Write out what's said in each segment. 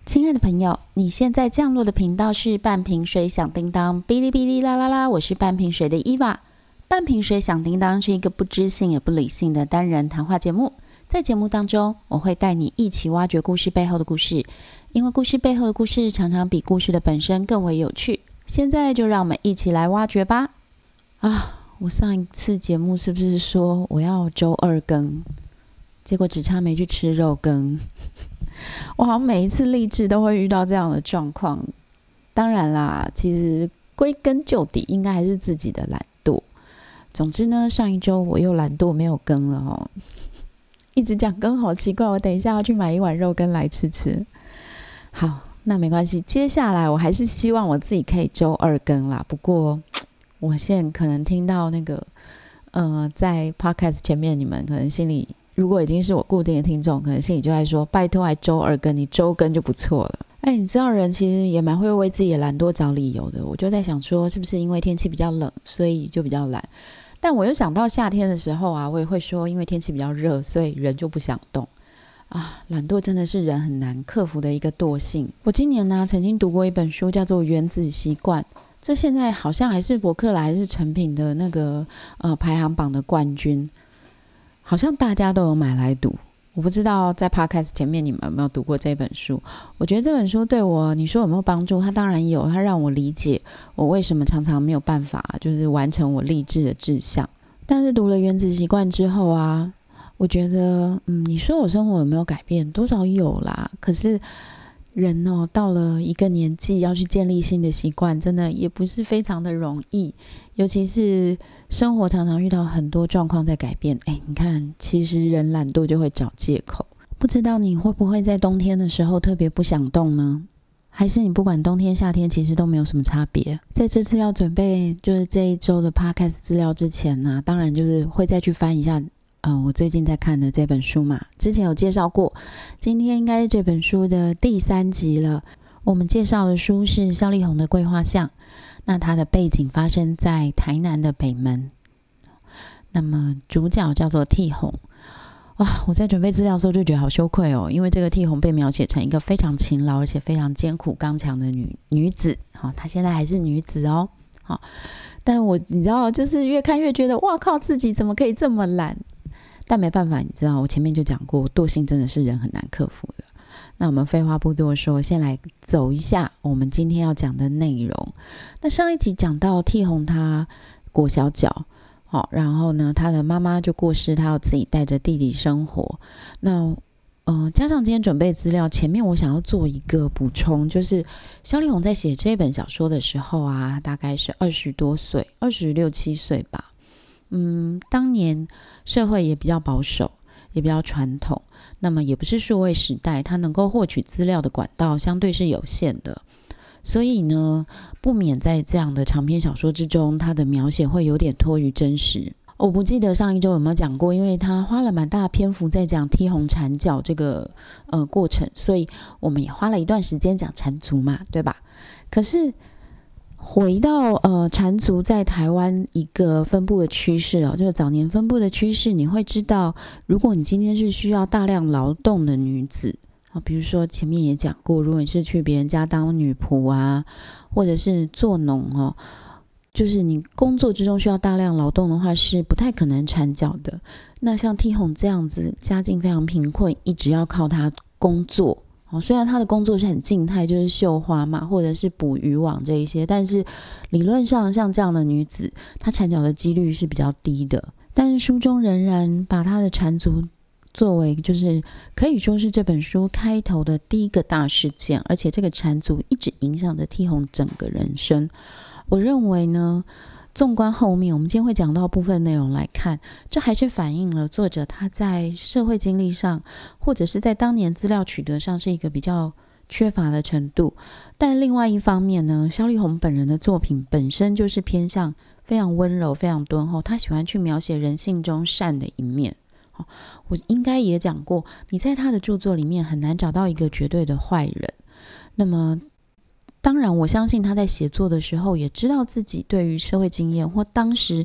亲爱的朋友，你现在降落的频道是半瓶水响叮当，哔哩哔哩啦啦啦，我是半瓶水的伊娃。半瓶水响叮当是一个不知性也不理性的单人谈话节目，在节目当中，我会带你一起挖掘故事背后的故事，因为故事背后的故事常常比故事的本身更为有趣。现在就让我们一起来挖掘吧。我上一次节目是不是说我要周二更？结果只差没去吃肉羹。我好像每一次励志都会遇到这样的状况。当然啦，其实归根究底应该还是自己的懒惰。总之呢，上一周我又懒惰没有更了哦。一直讲更好奇怪，我等一下要去买一碗肉羹来吃吃。好，那没关系，接下来我还是希望我自己可以周二更啦。不过我现在可能听到那个在 podcast 前面，你们可能心里如果已经是我固定的听众，可能心里就在说拜托，还周二更，你周更就不错了。你知道人其实也蛮会为自己的懒惰找理由的。我就在想说，是不是因为天气比较冷，所以就比较懒？但我又想到夏天的时候啊，我也会说，因为天气比较热，所以人就不想动啊。懒惰真的是人很难克服的一个惰性。我今年呢，曾经读过一本书，叫做《原子习惯》。这现在好像还是博客来还是成品的那个排行榜的冠军，好像大家都有买来读。我不知道在 podcast 前面你们有没有读过这本书。我觉得这本书对我，你说有没有帮助？它当然有，它让我理解我为什么常常没有办法就是完成我励志的志向。但是读了原子习惯之后啊，我觉得你说我生活有没有改变？多少有啦。可是人到了一个年纪要去建立新的习惯，真的也不是非常的容易，尤其是生活常常遇到很多状况在改变。你看，其实人懒惰就会找借口。不知道你会不会在冬天的时候特别不想动呢？还是你不管冬天夏天其实都没有什么差别？在这次要准备就是这一周的 podcast 资料之前呢，当然就是会再去翻一下我最近在看的这本书嘛，之前有介绍过，今天应该是这本书的第3集了。我们介绍的书是萧力宏的《桂花巷》，那它的背景发生在台南的北门，那么主角叫做娣红。我在准备资料的时候就觉得好羞愧哦，因为这个娣红被描写成一个非常勤劳而且非常艰苦刚强的女子。她现在还是女子哦。但你知道，就是越看越觉得哇靠，自己怎么可以这么懒？但没办法，你知道我前面就讲过，惰性真的是人很难克服的。那我们废话不多说，先来走一下我们今天要讲的内容。那上一集讲到娣红她裹小脚，然后呢她的妈妈就过世，她要自己带着弟弟生活。那加上今天准备资料，前面我想要做一个补充，就是萧力宏在写这本小说的时候啊，大概是20多岁，26、7岁吧。当年社会也比较保守，也比较传统，那么也不是数位时代，他能够获取资料的管道相对是有限的，所以呢，不免在这样的长篇小说之中，他的描写会有点脱于真实。我不记得上一周有没有讲过，因为他花了蛮大的篇幅在讲娣红缠脚这个过程，所以我们也花了一段时间讲缠足嘛，对吧？可是回到缠足在台湾一个分布的趋势就是早年分布的趋势，你会知道，如果你今天是需要大量劳动的女子，比如说前面也讲过，如果你是去别人家当女仆啊，或者是做农就是你工作之中需要大量劳动的话，是不太可能缠脚的。那像娣红这样子，家境非常贫困，一直要靠她工作。虽然她的工作是很静态，就是绣花嘛，或者是捕渔网这一些，但是理论上像这样的女子，她缠脚的几率是比较低的。但是书中仍然把她的缠足作为就是可以说是这本书开头的第一个大事件，而且这个缠足一直影响着娣红整个人生。我认为呢，纵观后面我们今天会讲到部分内容来看，这还是反映了作者他在社会经历上，或者是在当年资料取得上是一个比较缺乏的程度。但另外一方面呢，萧力宏本人的作品本身就是偏向非常温柔非常敦厚，他喜欢去描写人性中善的一面。我应该也讲过，你在他的著作里面很难找到一个绝对的坏人。那么当然我相信他在写作的时候也知道自己对于社会经验或当时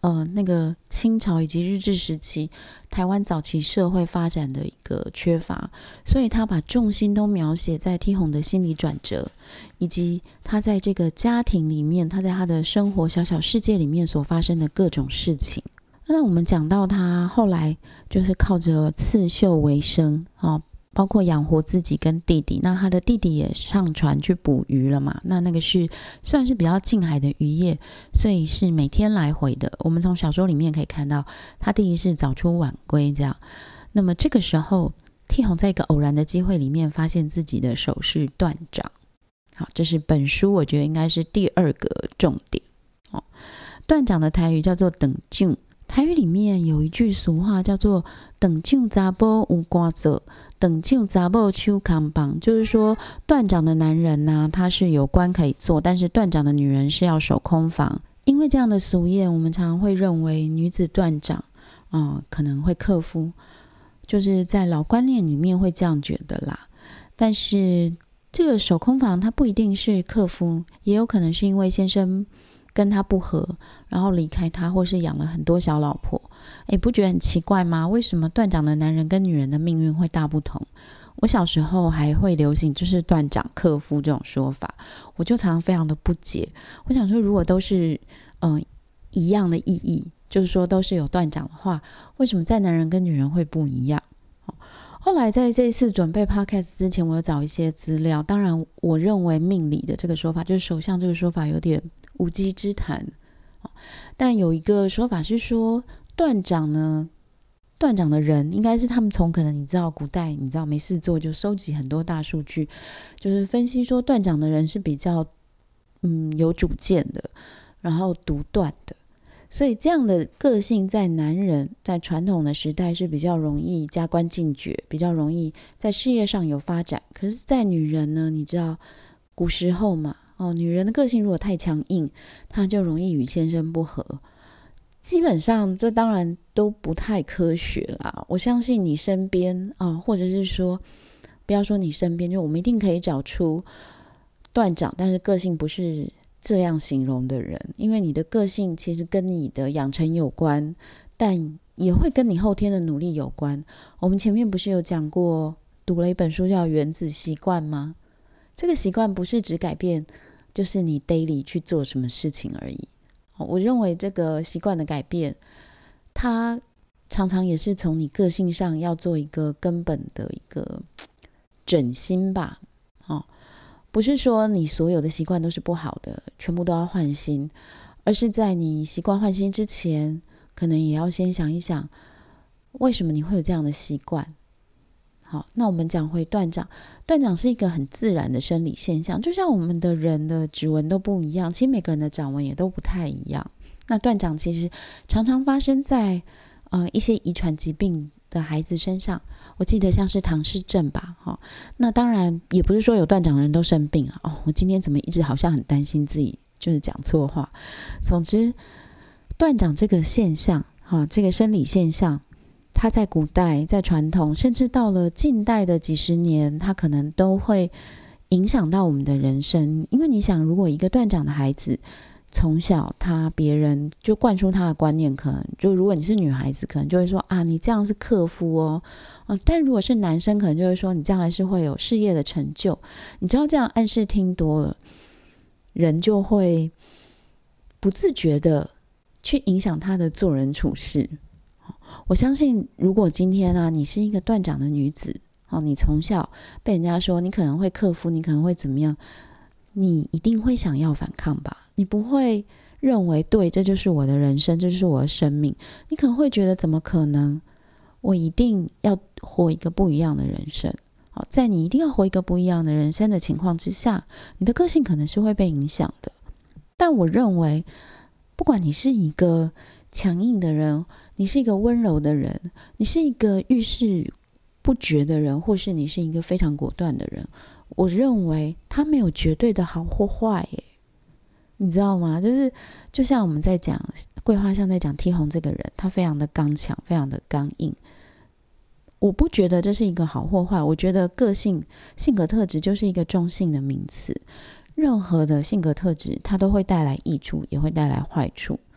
那个清朝以及日治时期台湾早期社会发展的一个缺乏，所以他把重心都描写在梯红的心理转折，以及他在这个家庭里面，他在他的生活小小世界里面所发生的各种事情。那我们讲到他后来就是靠着刺绣为生，包括养活自己跟弟弟，那他的弟弟也上船去捕鱼了嘛，那个是算是比较近海的渔业，所以是每天来回的。我们从小说里面可以看到他弟弟是早出晚归这样。那么这个时候梯红在一个偶然的机会里面发现自己的手是断掌。好，这是本书我觉得应该是第二个重点。断掌的台语叫做等炯，台语里面有一句俗话叫做等炯查某有瓜做，等炯查某手扛棒，就是说断掌的男人呢，他是有官可以做，但是断掌的女人是要守空房。因为这样的俗谚，我们常常会认为女子断掌可能会克夫，就是在老观念里面会这样觉得啦。但是这个守空房它不一定是克夫，也有可能是因为先生跟他不合，然后离开他，或是养了很多小老婆。不觉得很奇怪吗？为什么断掌的男人跟女人的命运会大不同？我小时候还会流行就是断掌克夫这种说法，我就常常非常的不解。我想说，如果都是一样的意义，就是说都是有断掌的话，为什么在男人跟女人会不一样？后来在这一次准备 podcast 之前，我有找一些资料。当然我认为命理的这个说法，就是手相这个说法有点无稽之谈，但有一个说法是说断掌呢，断掌的人应该是他们从可能你知道古代你知道没事做就收集很多大数据，就是分析说断掌的人是比较有主见的，然后独断的。所以这样的个性在男人在传统的时代是比较容易加官进爵，比较容易在事业上有发展。可是在女人呢，你知道古时候嘛，女人的个性如果太强硬，她就容易与先生不合。基本上这当然都不太科学啦。我相信你身边或者是说不要说你身边，就我们一定可以找出断掌但是个性不是这样形容的人，因为你的个性其实跟你的养成有关，但也会跟你后天的努力有关。我们前面不是有讲过读了一本书叫《原子习惯》吗？这个习惯不是只改变就是你 daily 去做什么事情而已。我认为这个习惯的改变，它常常也是从你个性上要做一个根本的一个整新吧。不是说你所有的习惯都是不好的，全部都要换新，而是在你习惯换新之前，可能也要先想一想，为什么你会有这样的习惯。好，那我们讲回断掌。断掌是一个很自然的生理现象，就像我们的人的指纹都不一样，其实每个人的掌纹也都不太一样。那断掌其实常常发生在一些遗传疾病的孩子身上，我记得像是唐氏症吧。那当然也不是说有断掌的人都生病了。我今天怎么一直好像很担心自己就是讲错话。总之断掌这个现象，这个生理现象，它在古代在传统甚至到了近代的几十年，它可能都会影响到我们的人生。因为你想，如果一个断掌的孩子从小别人就灌输他的观念，可能就如果你是女孩子可能就会说你这样是克夫哦。但如果是男生可能就会说你将来是会有事业的成就。你知道这样暗示听多了，人就会不自觉的去影响他的做人处事。我相信如果今天你是一个断掌的女子，你从小被人家说你可能会克夫，你可能会怎么样，你一定会想要反抗吧。你不会认为对，这就是我的人生，这就是我的生命。你可能会觉得怎么可能，我一定要活一个不一样的人生。在你一定要活一个不一样的人生的情况之下，你的个性可能是会被影响的。但我认为不管你是一个强硬的人，你是一个温柔的人，你是一个遇事不决的人，或是你是一个非常果断的人，我认为他没有绝对的好或坏耶。你知道吗？就像我们在讲桂花香，在讲梯红这个人，他非常的刚强，非常的刚硬。我不觉得这是一个好或坏，我觉得性格特质就是一个中性的名词。任何的性格特质它都会带来益处，也会带来坏处。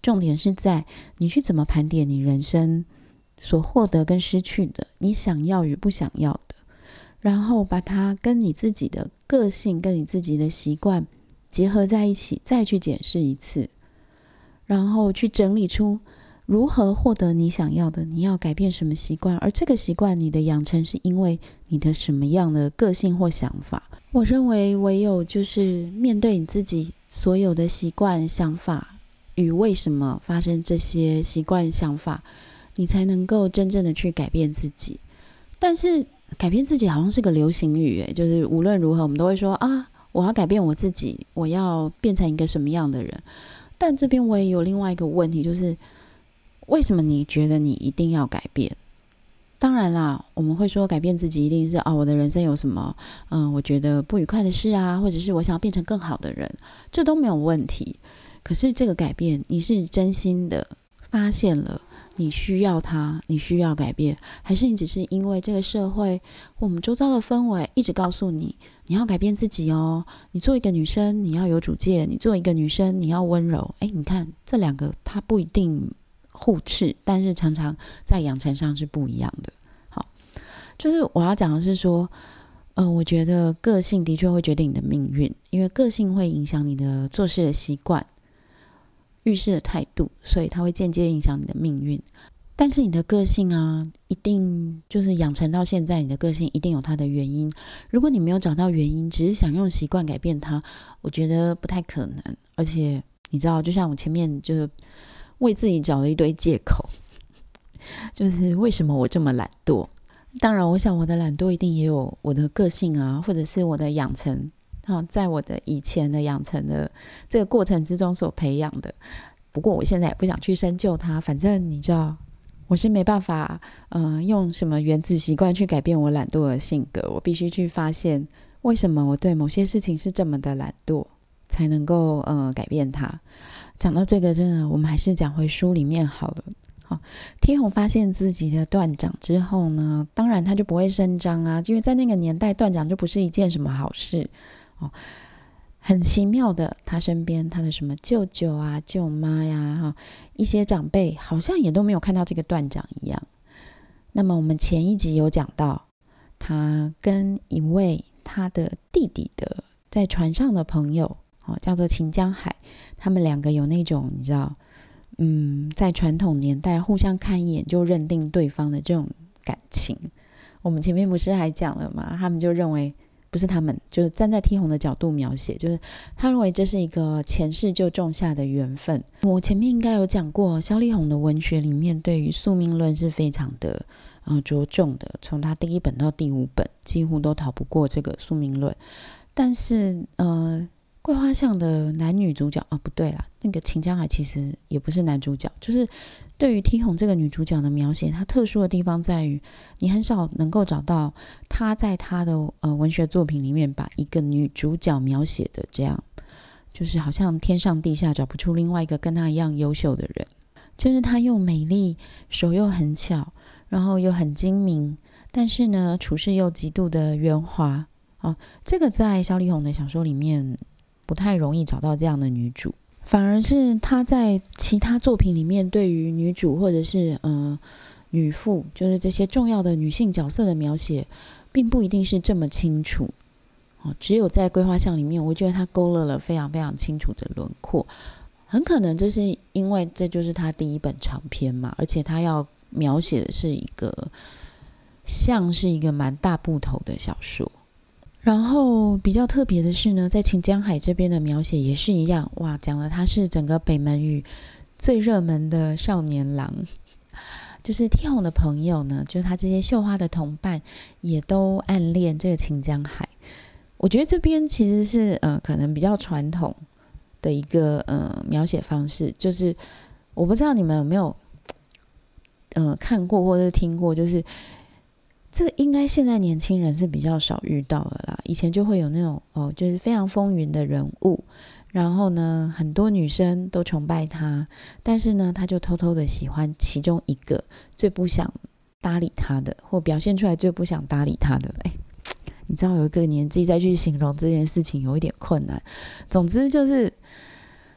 重点是在你去怎么盘点你人生所获得跟失去的，你想要与不想要的，然后把它跟你自己的个性跟你自己的习惯结合在一起，再去检视一次，然后去整理出如何获得你想要的，你要改变什么习惯，而这个习惯你的养成是因为你的什么样的个性或想法。我认为唯有就是面对你自己所有的习惯想法与为什么发生这些习惯想法，你才能够真正的去改变自己。但是改变自己好像是个流行语，就是无论如何我们都会说啊，我要改变我自己，我要变成一个什么样的人。但这边我也有另外一个问题，就是为什么你觉得你一定要改变？当然啦，我们会说改变自己一定是我的人生有什么我觉得不愉快的事啊，或者是我想要变成更好的人，这都没有问题。可是这个改变，你是真心的发现了你需要它，你需要改变，还是你只是因为这个社会或我们周遭的氛围一直告诉你，你要改变自己哦，你做一个女生你要有主见，你做一个女生你要温柔。你看这两个它不一定互斥，但是常常在养成上是不一样的。好，就是我要讲的是说我觉得个性的确会决定你的命运，因为个性会影响你的做事的习惯、遇事的态度，所以它会间接影响你的命运。但是你的个性啊，一定就是养成到现在，你的个性一定有它的原因。如果你没有找到原因，只是想用习惯改变它，我觉得不太可能。而且你知道，就像我前面就是为自己找了一堆借口，就是为什么我这么懒惰。当然我想我的懒惰一定也有我的个性啊，或者是我的养成在我的以前的养成的这个过程之中所培养的。不过我现在也不想去深究它，反正你知道我是没办法用什么原子习惯去改变我懒惰的性格，我必须去发现为什么我对某些事情是这么的懒惰，才能够改变它。讲到这个，真的我们还是讲回书里面好了。T红发现自己的断掌之后呢，当然他就不会声张啊，因为在那个年代断掌就不是一件什么好事很奇妙的，他身边他的什么舅舅啊、舅妈呀一些长辈好像也都没有看到这个断掌一样。那么我们前一集有讲到，他跟一位他的弟弟的在船上的朋友叫做秦江海，他们两个有那种你知道在传统年代互相看一眼就认定对方的这种感情。我们前面不是还讲了吗？他们就认为，不是他们，就是站在T红的角度描写，就是他认为这是一个前世就种下的缘分。我前面应该有讲过，萧丽红的文学里面对于宿命论是非常的着重的，从他第1本到第5本几乎都逃不过这个宿命论。但是桂花巷的男女主角不对啦，那个秦江海其实也不是男主角，就是对于T红这个女主角的描写，它特殊的地方在于你很少能够找到她在她的文学作品里面把一个女主角描写的这样，就是好像天上地下找不出另外一个跟她一样优秀的人。就是她又美丽，手又很巧，然后又很精明，但是呢处事又极度的圆滑这个在萧丽红的小说里面不太容易找到这样的女主，反而是她在其他作品里面对于女主或者是女妇，就是这些重要的女性角色的描写并不一定是这么清楚只有在桂花巷里面，我觉得她勾勒了非常非常清楚的轮廓。很可能这是因为这就是她第1本长篇嘛，而且她要描写的是一个像是一个蛮大部头的小说。然后比较特别的是呢，在秦江海这边的描写也是一样，哇，讲了他是整个北门语最热门的少年郎。就是T红的朋友呢，就是他这些绣花的同伴也都暗恋这个秦江海。我觉得这边其实是可能比较传统的一个描写方式，就是我不知道你们有没有看过或者听过，就是这个应该现在年轻人是比较少遇到的啦。以前就会有那种就是非常风云的人物，然后呢很多女生都崇拜他，但是呢他就偷偷的喜欢其中一个最不想搭理他的，或表现出来最不想搭理他的。你知道有一个年纪再去形容这件事情有一点困难。总之就是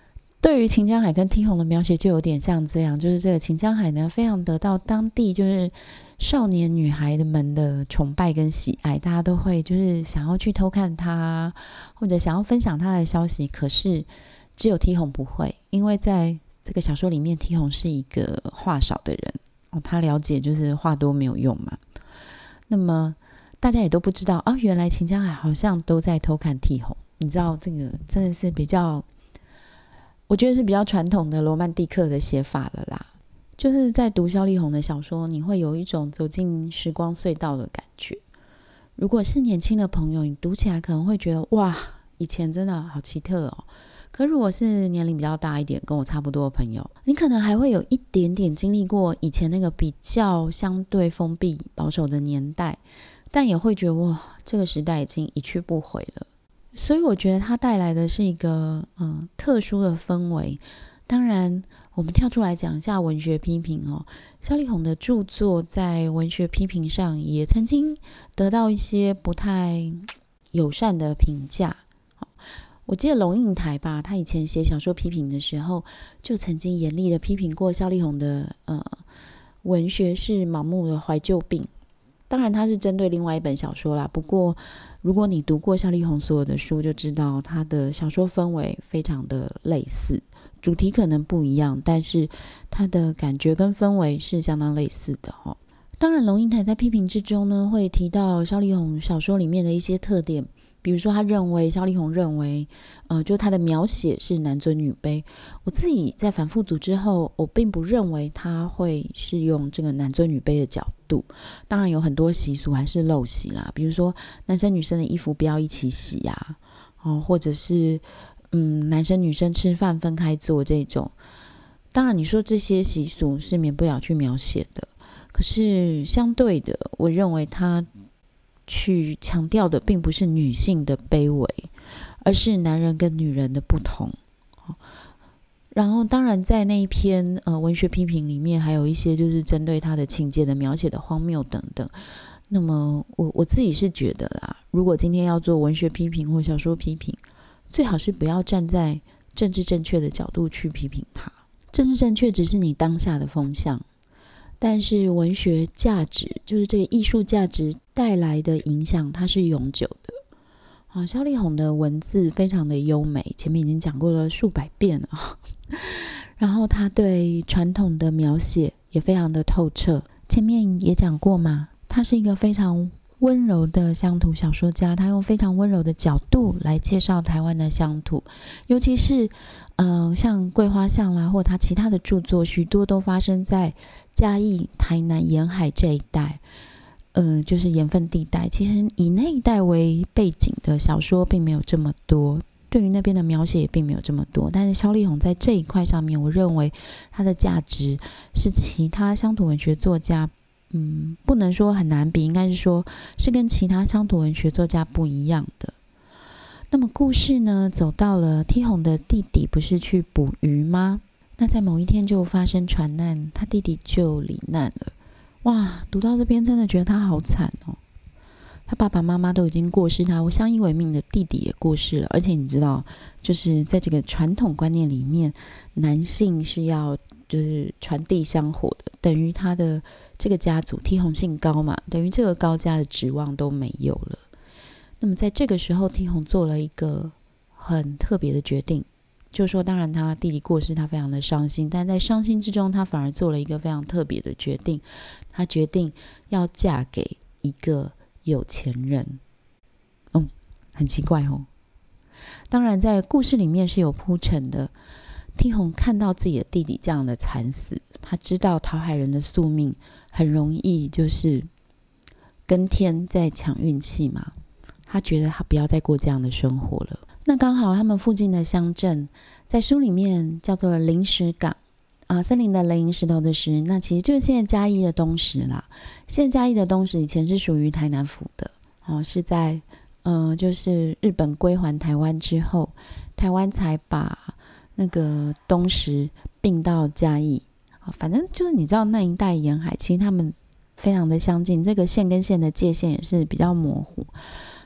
对于秦江海跟梯红的描写就有点像这样，就是这个秦江海呢，非常得到当地就是少年女孩们的崇拜跟喜爱，大家都会就是想要去偷看他，或者想要分享他的消息。可是只有梯红不会，因为在这个小说里面，梯红是一个话少的人他了解就是话多没有用嘛。那么大家也都不知道原来秦江海好像都在偷看梯红。你知道这个真的是比较，我觉得是比较传统的罗曼蒂克的写法了啦。就是在读萧丽红的小说，你会有一种走进时光隧道的感觉。如果是年轻的朋友，你读起来可能会觉得哇，以前真的好奇特哦。可如果是年龄比较大一点，跟我差不多的朋友，你可能还会有一点点经历过以前那个比较相对封闭保守的年代，但也会觉得哇，这个时代已经一去不回了。所以我觉得它带来的是一个特殊的氛围。当然我们跳出来讲一下文学批评萧丽红的著作在文学批评上也曾经得到一些不太友善的评价。我记得龙应台吧，他以前写小说批评的时候，就曾经严厉的批评过萧丽红的文学是盲目的怀旧病。当然他是针对另外一本小说啦，不过如果你读过萧丽红所有的书，就知道他的小说氛围非常的类似，主题可能不一样，但是他的感觉跟氛围是相当类似的当然龙应台在批评之中呢，会提到萧丽红小说里面的一些特点，比如说萧丽红认为就他的描写是男尊女卑。我自己在反复读之后，我并不认为他会是用这个男尊女卑的角度。当然有很多习俗还是陋习啦，比如说男生女生的衣服不要一起洗或者是男生女生吃饭分开做这种。当然你说这些习俗是免不了去描写的，可是相对的，我认为他去强调的并不是女性的卑微，而是男人跟女人的不同。然后当然在那一篇文学批评里面，还有一些就是针对他的情节的描写的荒谬等等。那么我自己是觉得啦，如果今天要做文学批评或小说批评，最好是不要站在政治正确的角度去批评它。政治正确只是你当下的风向，但是文学价值，就是这个艺术价值带来的影响，它是永久的。萧丽红的文字非常的优美，前面已经讲过了数百遍了然后他对传统的描写也非常的透彻，前面也讲过嘛，他是一个非常温柔的乡土小说家，他用非常温柔的角度来介绍台湾的乡土，尤其是像桂花巷啦，或他其他的著作，许多都发生在嘉义、台南沿海这一带，就是盐分地带。其实以那一带为背景的小说并没有这么多，对于那边的描写也并没有这么多。但是萧丽红在这一块上面，我认为它的价值是其他乡土文学作家不能说很难比，应该是说是跟其他乡土文学作家不一样的。那么故事呢，走到了梯红的弟弟不是去捕鱼吗？那在某一天就发生船难，他弟弟就罹难了。哇，读到这边真的觉得他好惨哦。他爸爸妈妈都已经过世，他相依为命的弟弟也过世了。而且你知道，就是在这个传统观念里面，男性是要就是传递香火的，等于他的这个家族梯红姓高嘛，等于这个高家的指望都没有了。那么在这个时候，梯红做了一个很特别的决定，就是说当然他弟弟过世，他非常的伤心，但在伤心之中，他反而做了一个非常特别的决定，他决定要嫁给一个有钱人。很奇怪当然在故事里面是有铺陈的，梯红看到自己的弟弟这样的惨死，他知道讨海人的宿命很容易就是跟天在抢运气嘛，他觉得他不要再过这样的生活了。那刚好他们附近的乡镇在书里面叫做临石港森林的林，石头的石，那其实就是现在嘉义的东石啦。现在嘉义的东石以前是属于台南府的是在就是日本归还台湾之后，台湾才把那个东石并到嘉义。反正就是你知道那一带沿海其实他们非常的相近，这个县跟县的界限也是比较模糊。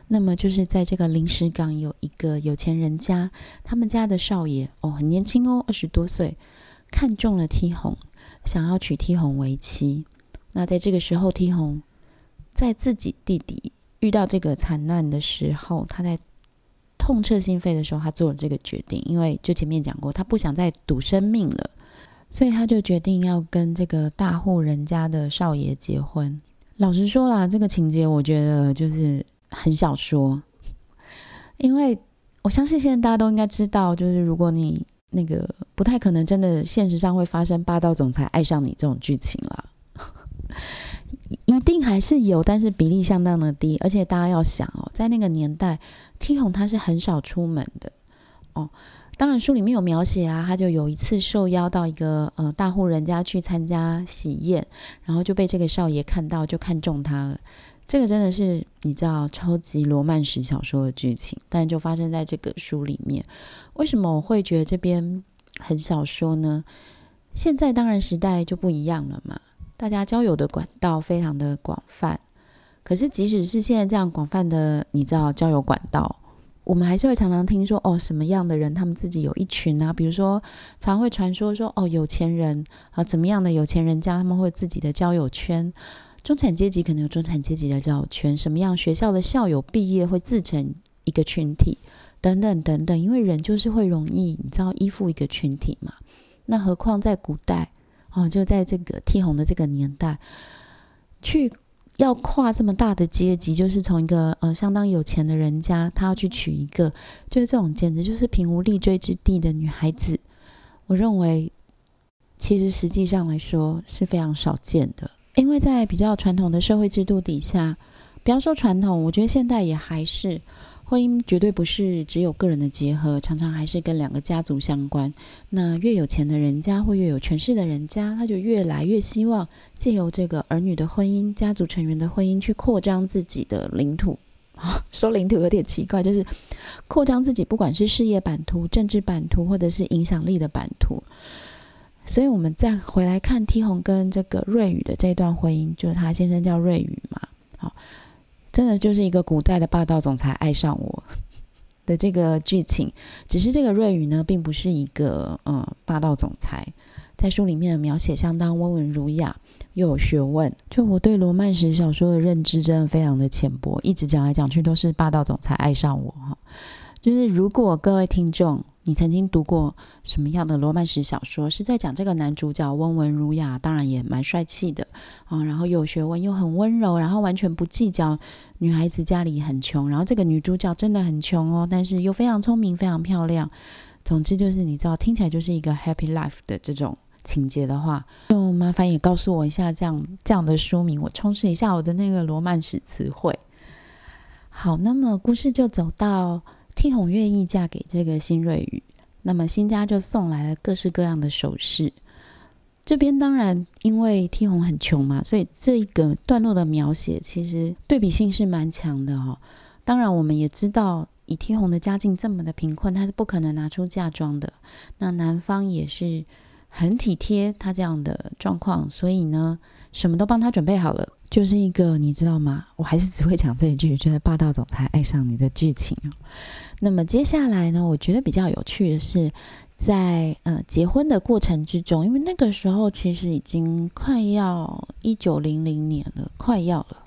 那么就是在这个临时港有一个有钱人家，他们家的少爷很年轻20多岁，看中了T红，想要娶T红为妻。那在这个时候，T红在自己弟弟遇到这个惨难的时候，他在痛彻心扉的时候，他做了这个决定，因为就前面讲过，他不想再赌生命了，所以他就决定要跟这个大户人家的少爷结婚。老实说啦，这个情节我觉得就是很小说，因为我相信现在大家都应该知道，就是如果你那个不太可能真的现实上会发生霸道总裁爱上你这种剧情啦，一定还是有，但是比例相当的低。而且大家要想在那个年代，T红他是很少出门的当然书里面有描写啊，他就有一次受邀到一个大户人家去参加喜宴，然后就被这个少爷看到，就看中他了。这个真的是你知道超级罗曼史小说的剧情，但就发生在这个书里面。为什么我会觉得这边很小说呢？现在当然时代就不一样了嘛，大家交友的管道非常的广泛，可是即使是现在这样广泛的你知道交友管道，我们还是会常常听说什么样的人他们自己有一群啊，比如说常会传说说有钱人怎么样的有钱人家他们会有自己的交友圈，中产阶级可能有中产阶级的交友圈，什么样学校的校友毕业会自成一个群体等等等等，因为人就是会容易你知道依附一个群体嘛。那何况在古代就在这个T红的这个年代，去要跨这么大的阶级，就是从一个相当有钱的人家，他要去娶一个就是这种简直就是贫无立锥之地的女孩子，我认为其实实际上来说是非常少见的。因为在比较传统的社会制度底下，不要说传统，我觉得现代也还是婚姻绝对不是只有个人的结合，常常还是跟两个家族相关。那越有钱的人家或越有权势的人家，他就越来越希望借由这个儿女的婚姻、家族成员的婚姻去扩张自己的领土。说领土有点奇怪，就是扩张自己不管是事业版图、政治版图或者是影响力的版图。所以我们再回来看T红跟这个瑞宇的这段婚姻，就是他先生叫瑞宇嘛，真的就是一个古代的霸道总裁爱上我的这个剧情。只是这个瑞宇呢并不是一个霸道总裁，在书里面的描写相当温文儒雅又有学问。就我对罗曼史小说的认知真的非常的浅薄，一直讲来讲去都是霸道总裁爱上我就是如果各位听众你曾经读过什么样的罗曼史小说，是在讲这个男主角温文儒雅，当然也蛮帅气的然后又有学问又很温柔，然后完全不计较女孩子家里很穷，然后这个女主角真的很穷但是又非常聪明非常漂亮，总之就是你知道听起来就是一个 happy life 的这种情节的话，就麻烦也告诉我一下这样的书名，我充实一下我的那个罗曼史词汇。好，那么故事就走到T红愿意嫁给这个辛瑞宇，那么辛家就送来了各式各样的首饰。这边当然因为T红很穷嘛，所以这一个段落的描写其实对比性是蛮强的当然我们也知道以T红的家境这么的贫困，他是不可能拿出嫁妆的，那男方也是很体贴他这样的状况，所以呢什么都帮他准备好了，就是一个你知道吗，我还是只会讲这一句，觉得霸道总裁爱上你的剧情那么接下来呢，我觉得比较有趣的是在结婚的过程之中，因为那个时候其实已经快要1900年了，快要了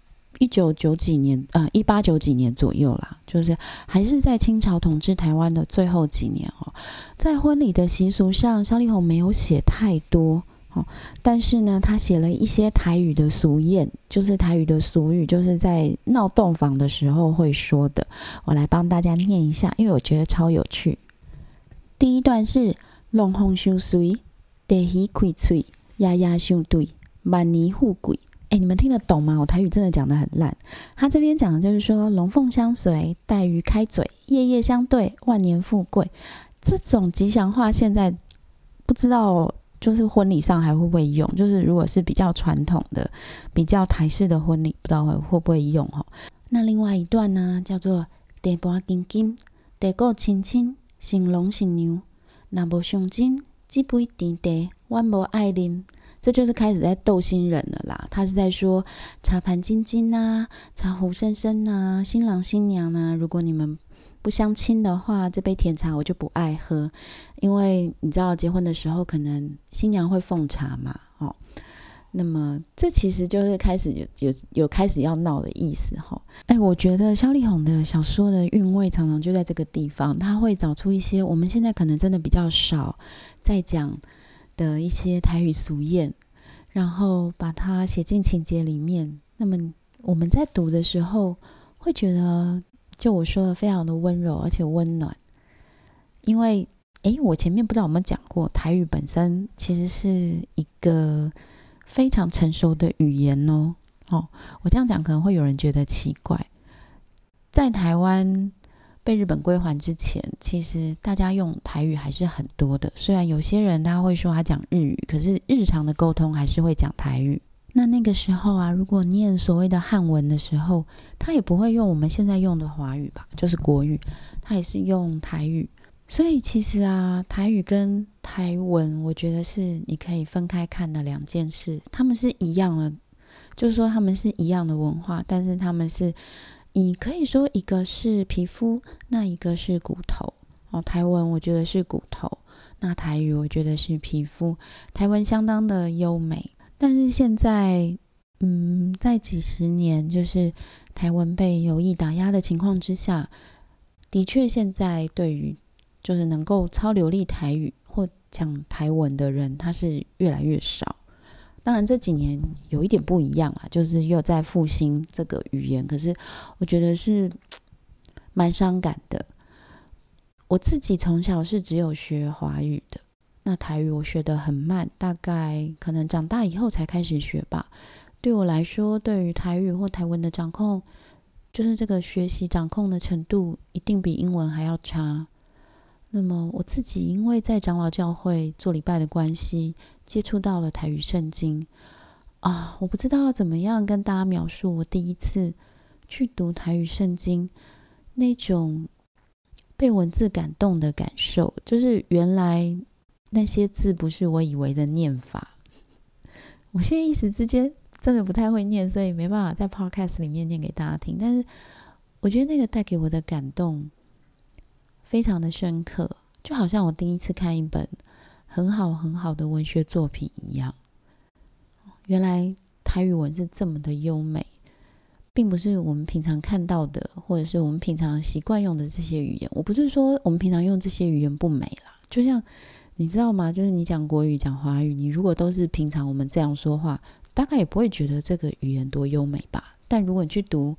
1990几年1890几年左右啦，就是还是在清朝统治台湾的最后几年在婚礼的习俗上，萧丽红没有写太多但是呢他写了一些台语的俗谚，就是台语的俗语，就是在闹洞房的时候会说的，我来帮大家念一下，因为我觉得超有趣。第一段是龙凤相随，地喜开嘴，鸭鸭相对，万年富贵。你们听得懂吗？我台语真的讲得很烂。他这边讲的就是说龙凤相随，带鱼开嘴，夜夜相对，万年富贵。这种吉祥话现在不知道就是婚礼上还会不会用，就是如果是比较传统的比较台式的婚礼，不知道会不会用那另外一段呢叫做地盘金金，地鼓亲亲，新郎新娘，若无上真，这杯甜茶阮无爱啉， 这就是开始在斗新人了啦。他是在说茶盘金金啊，茶壶深深啊，新郎新娘啊，如果你们不相亲的话，这杯甜茶我就不爱喝，因为你知道结婚的时候可能新娘会奉茶嘛，那么这其实就是开始有开始要闹的意思哈。我觉得萧丽红的小说的韵味常常就在这个地方，他会找出一些我们现在可能真的比较少在讲的一些台语俗谚，然后把它写进情节里面。那么我们在读的时候会觉得，就我说的非常的温柔而且温暖。因为我前面不知道有没有讲过，台语本身其实是一个非常成熟的语言哦。我这样讲可能会有人觉得奇怪。在台湾被日本归还之前，其实大家用台语还是很多的。虽然有些人他会说他讲日语，可是日常的沟通还是会讲台语。那个时候啊，如果念所谓的汉文的时候，他也不会用我们现在用的华语吧，就是国语，他也是用台语。所以其实啊，台语跟台文我觉得是你可以分开看的两件事。他们是一样的，就是说他们是一样的文化，但是他们是你可以说一个是皮肤，那一个是骨头。台文我觉得是骨头，那台语我觉得是皮肤。台文相当的优美，但是现在在几十年就是台文被有意打压的情况之下，的确现在对于就是能够超流利台语或讲台文的人，他是越来越少。当然这几年有一点不一样啦，就是又在复兴这个语言，可是我觉得是蛮伤感的。我自己从小是只有学华语的，那台语我学得很慢，大概可能长大以后才开始学吧。对我来说，对于台语或台文的掌控，就是这个学习掌控的程度一定比英文还要差。那么我自己因为在长老教会做礼拜的关系，接触到了台语圣经我不知道要怎么样跟大家描述我第一次去读台语圣经那种被文字感动的感受，就是原来那些字不是我以为的念法。我现在一时之间真的不太会念，所以没办法在 podcast 里面念给大家听，但是我觉得那个带给我的感动非常的深刻，就好像我第一次看一本很好很好的文学作品一样。原来台语文是这么的优美，并不是我们平常看到的，或者是我们平常习惯用的这些语言。我不是说我们平常用这些语言不美啦，就像你知道吗，就是你讲国语讲华语，你如果都是平常我们这样说话，大概也不会觉得这个语言多优美吧。但如果你去读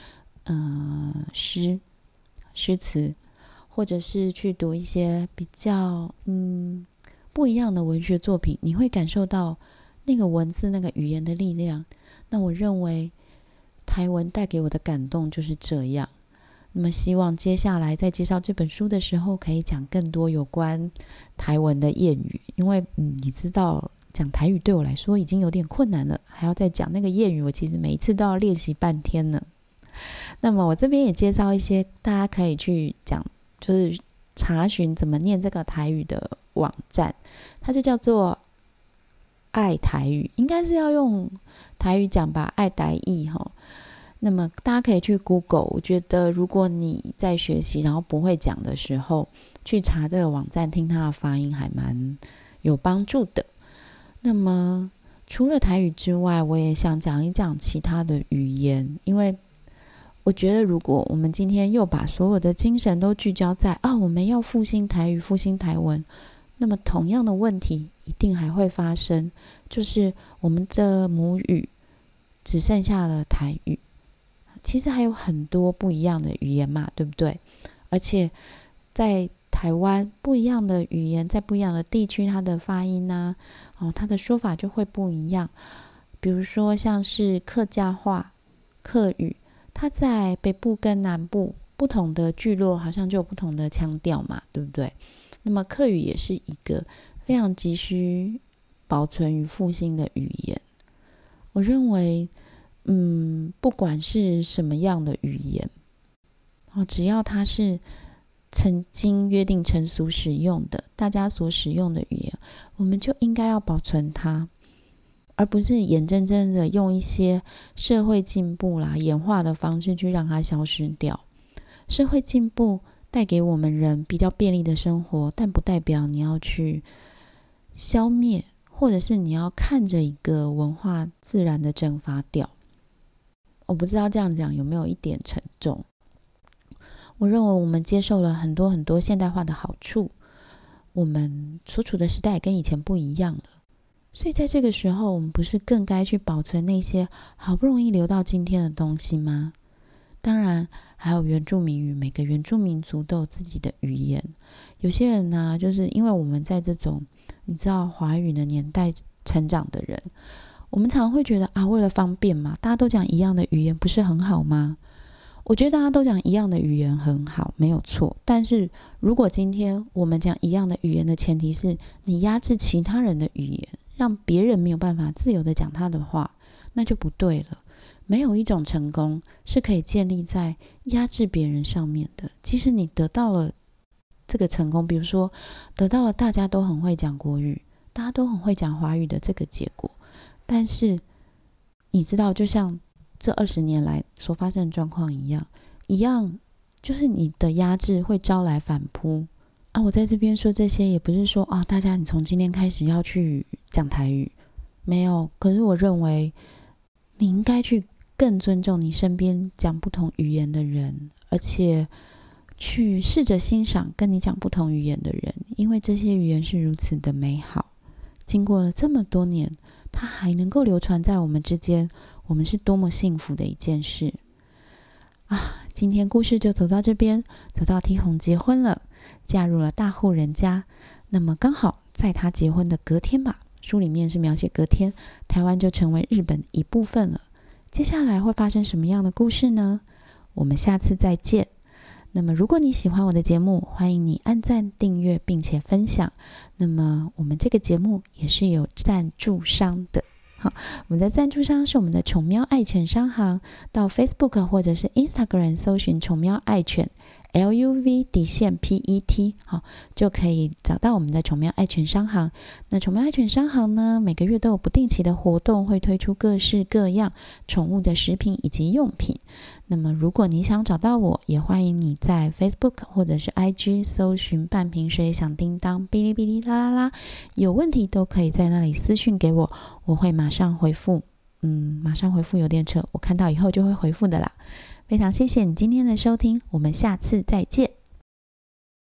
诗词，或者是去读一些比较不一样的文学作品，你会感受到那个文字那个语言的力量。那我认为台文带给我的感动就是这样。那么希望接下来在介绍这本书的时候，可以讲更多有关台文的谚语，因为你知道讲台语对我来说已经有点困难了，还要再讲那个谚语，我其实每一次都要练习半天呢。那么我这边也介绍一些大家可以去讲，就是查询怎么念这个台语的网站，它就叫做爱台语，应该是要用台语讲吧，爱台语那么大家可以去 Google， 我觉得如果你在学习然后不会讲的时候，去查这个网站听它的发音还蛮有帮助的。那么除了台语之外，我也想讲一讲其他的语言，因为我觉得如果我们今天又把所有的精神都聚焦在我们要复兴台语复兴台文，那么同样的问题一定还会发生，就是我们的母语只剩下了台语。其实还有很多不一样的语言嘛，对不对？而且在台湾不一样的语言，在不一样的地区，它的发音它的说法就会不一样。比如说像是客家话、客语，它在北部跟南部不同的聚落好像就有不同的腔调嘛，对不对？那么客语也是一个非常急需保存与复兴的语言。我认为不管是什么样的语言只要它是曾经约定成俗使用的，大家所使用的语言，我们就应该要保存它。 而不是眼睁睁的用一些社会进步啦、演化的方式去让它消失掉。社会进步带给我们人比较便利的生活，但不代表你要去消灭，或者是你要看着一个文化自然的蒸发掉。我不知道这样讲有没有一点沉重。我认为我们接受了很多很多现代化的好处，我们所处的时代也跟以前不一样了，所以在这个时候，我们不是更该去保存那些好不容易留到今天的东西吗？当然还有原住民语，每个原住民族都有自己的语言。有些人呢，就是因为我们在这种你知道华语的年代成长的人，我们常常会觉得啊，为了方便嘛，大家都讲一样的语言不是很好吗？我觉得大家都讲一样的语言很好，没有错。但是如果今天我们讲一样的语言的前提是你压制其他人的语言，让别人没有办法自由的讲他的话，那就不对了。没有一种成功是可以建立在压制别人上面的。即使你得到了这个成功，比如说得到了大家都很会讲国语，大家都很会讲华语的这个结果，但是你知道就像这20年来所发生的状况一样，就是你的压制会招来反扑啊！我在这边说这些也不是说大家你从今天开始要去讲台语，没有。可是我认为你应该去更尊重你身边讲不同语言的人，而且去试着欣赏跟你讲不同语言的人，因为这些语言是如此的美好，经过了这么多年，它还能够流传在我们之间，我们是多么幸福的一件事啊！今天故事就走到这边，走到提红结婚了，嫁入了大户人家。那么刚好在他结婚的隔天吧，书里面是描写隔天，台湾就成为日本一部分了。接下来会发生什么样的故事呢？我们下次再见。那么如果你喜欢我的节目，欢迎你按赞、订阅并且分享。那么我们这个节目也是有赞助商的。好，我们的赞助商是我们的宠喵爱犬商行，到 Facebook 或者是 Instagram 搜寻宠喵爱犬 LUV_PET 好，就可以找到我们的宠喵爱犬商行。那宠喵爱犬商行呢，每个月都有不定期的活动，会推出各式各样宠物的食品以及用品。那么如果你想找到我，也欢迎你在 Facebook 或者是 IG 搜寻半瓶水响叮当哔哩哔哩啦啦啦，有问题都可以在那里私讯给我，我会马上回复。马上回复有点扯，我看到以后就会回复的啦。非常谢谢你今天的收听，我们下次再见。